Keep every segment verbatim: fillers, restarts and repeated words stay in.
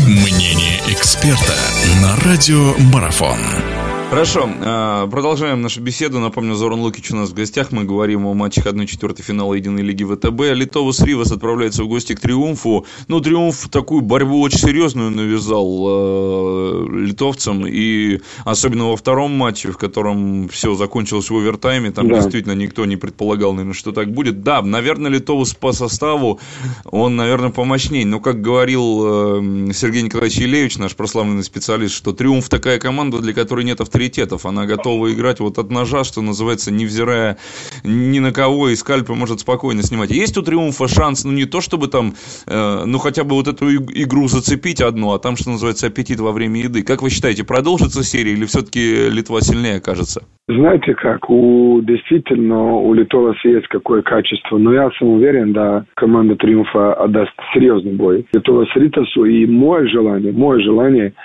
Мнение эксперта на радио Марафон. Хорошо, продолжаем нашу беседу. Напомню, Зоран Лукич у нас в гостях. Мы говорим о матчах одна четвертая финала Единой лиги ВТБ. Литовус Ривас отправляется в гости к Триумфу. Ну, Триумф такую борьбу очень серьезную навязал э, литовцам. И особенно во втором матче, в котором все закончилось в овертайме. Там да. действительно никто не предполагал, наверное, что так будет. Да, наверное, Литовус по составу, он, наверное, помощнее. Но, как говорил э, Сергей Николаевич Елевич, наш прославленный специалист, что Триумф такая команда, для которой нет авторитета. Она готова играть вот от ножа, что называется, невзирая ни на кого, и скальпы может спокойно снимать. Есть у Триумфа шанс, ну не то чтобы там, э, ну хотя бы вот эту игру зацепить одну, а там, что называется, аппетит во время еды. Как вы считаете, продолжится серия или все-таки Литва сильнее окажется? Знаете как, у действительно у Литова есть какое качество, но я сам уверен, да, команда Триумфа отдаст серьезный бой. Литова с Ритасу, и мое желание, мое желание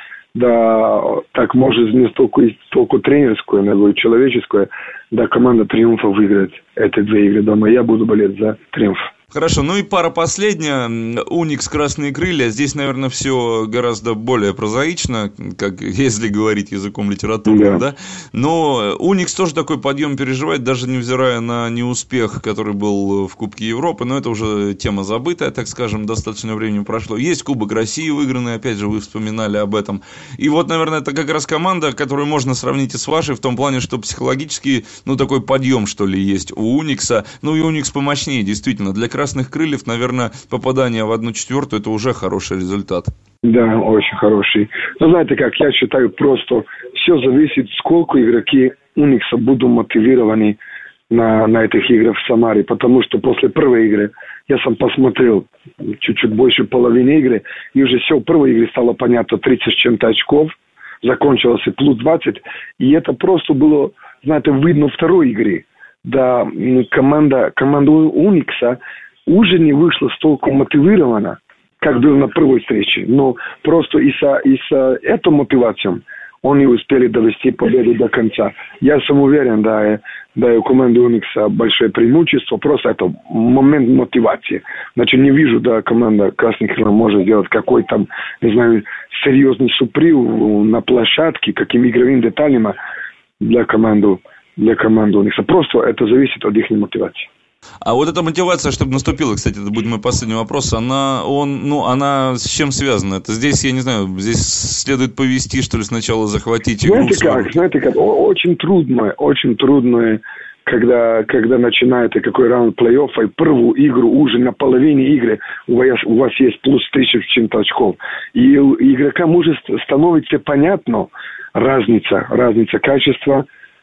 да, так может не столько, столько тренерскую, но и человеческую, да, команда Триумфа выиграет эти две игры дома. Я буду болеть за Триумф. Хорошо, ну и пара последняя. Уникс «Красные крылья». Здесь, наверное, все гораздо более прозаично, как если говорить языком литературы, да. да? Но Уникс тоже такой подъем переживает, даже невзирая на неуспех, который был в Кубке Европы. Но это уже тема забытая, так скажем, достаточно времени прошло. Есть Кубок России выигранный, опять же, вы вспоминали об этом. И вот, наверное, это как раз команда, которую можно сравнить и с вашей, в том плане, что психологически, ну, такой подъем, что ли, есть у Уникса. Ну, и Уникс помощнее, действительно. Для «Красных крыльев», наверное, попадание в одну четвертую – это уже хороший результат. Да, очень хороший. Но знаете как, я считаю, просто все зависит, сколько игроки Уникса будут мотивированы на, на этих играх в Самаре. Потому что после первой игры я сам посмотрел чуть-чуть больше половины игры, и уже все в первой игре стало понятно, тридцать с чем-то очков, закончилось и плюс двадцать, и это просто было, знаете, видно второй игры. Да, команда, команда Уникса уже не вышла столько мотивирована, как было на первой встрече. Но просто из-за, из-за этой мотивации они успели довести победу до конца. Я сам уверен, да, да, у команды Уникса большое преимущество. Просто это момент мотивации. Значит, не вижу, да, команда Красных Крыльев может сделать какой-то, не знаю, серьезный сюрприз на площадке, какими игровыми деталями для команды, для команды Уникса. Просто это зависит от их мотивации. А вот эта мотивация, чтобы наступила, кстати, это будет мой последний вопрос, она, он, ну, она с чем связана? Это здесь, я не знаю, здесь следует повести, что ли, сначала захватить игру? Знаете как, знаете как, очень трудно, очень трудно, когда, когда начинаете какой раунд плей-оффа, и первую игру уже на половине игры у вас, у вас есть плюс тысяча с чем-то очков. И у игрока может становиться понятно разница, разница качества,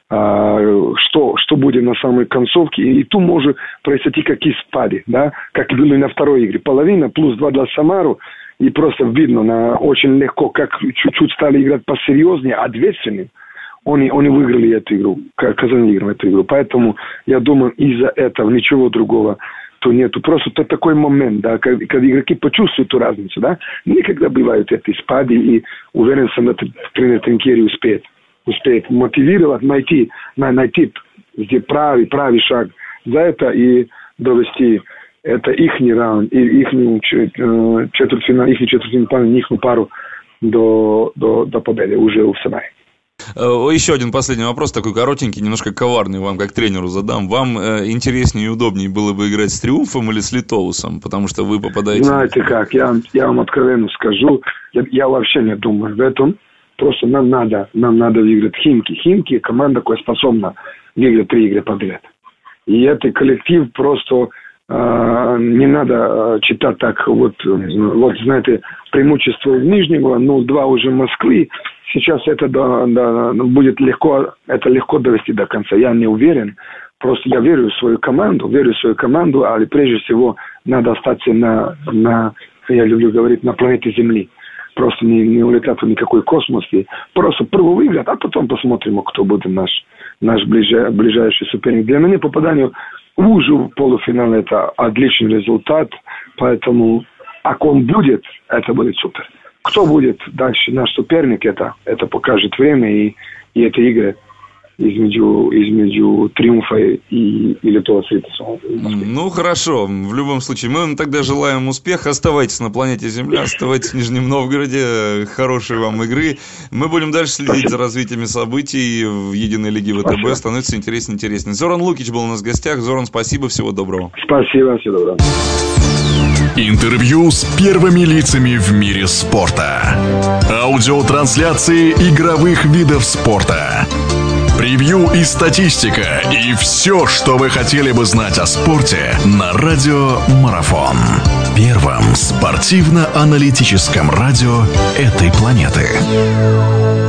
что, что будет на самой концовке, и тут может произойти какие спады, да, как было и на второй игре. Половина плюс два для Самару, и просто видно, на, очень легко, как чуть-чуть стали играть посерьезнее, ответственнее, они, они выиграли эту игру, Казань выиграл эту игру. Поэтому, я думаю, из-за этого ничего другого то нету. Просто это такой момент, да, когда, когда игроки почувствуют эту разницу, да, никогда бывают эти спады, и уверен, что тренер Тринкери успеет. успеет мотивировать, найти, найти где правый, правый шаг за это и довести это ихний раунд, и ихнюю четвертьфинал, ихнюю четвертьфинал, ихнюю пару до, до, до победы уже в Самаре. Еще один последний вопрос, такой коротенький, немножко коварный, вам как тренеру задам. Вам э, интереснее и удобнее было бы играть с Триумфом или с Литовусом? Потому что вы попадаете... Знаете как, я, я вам откровенно скажу, я, я вообще не думаю об этом. Просто нам надо, нам надо выиграть Химки. Химки – команда, которая способна выиграть три игры подряд. И этот коллектив просто э, не надо э, читать так, вот, вот, знаете, преимущество Нижнего, ну, два уже Москвы. Сейчас это да, да, будет легко, это легко довести до конца. Я не уверен. Просто я верю в свою команду, верю в свою команду, а прежде всего надо остаться на, на я люблю говорить, на планете Земли. Просто не, не улетать в никакой космос. И просто первый выиграть, а потом посмотрим, кто будет наш, наш ближай, ближайший соперник. Для меня попадание уже в полуфинал – это отличный результат. Поэтому, а он будет, это будет супер. Кто будет дальше наш соперник, это, это покажет время. И, и эти игры измеđu, измеđu Триумфа и, и Литова Свитеса. Ну, хорошо. В любом случае, мы вам тогда желаем успеха. Оставайтесь на планете Земля, оставайтесь в Нижнем Новгороде. Хорошей вам игры. Мы будем дальше следить Спасибо. за развитиями событий в единой лиге ВТБ. Спасибо. Становится интереснее и интереснее. Зоран Лукич был у нас в гостях. Зоран, спасибо. Всего доброго. Спасибо. Всего доброго. Интервью с первыми лицами в мире спорта. Аудиотрансляции игровых видов спорта. Превью и статистика. И все, что вы хотели бы знать о спорте на радио Марафон. Первом спортивно-аналитическом радио этой планеты.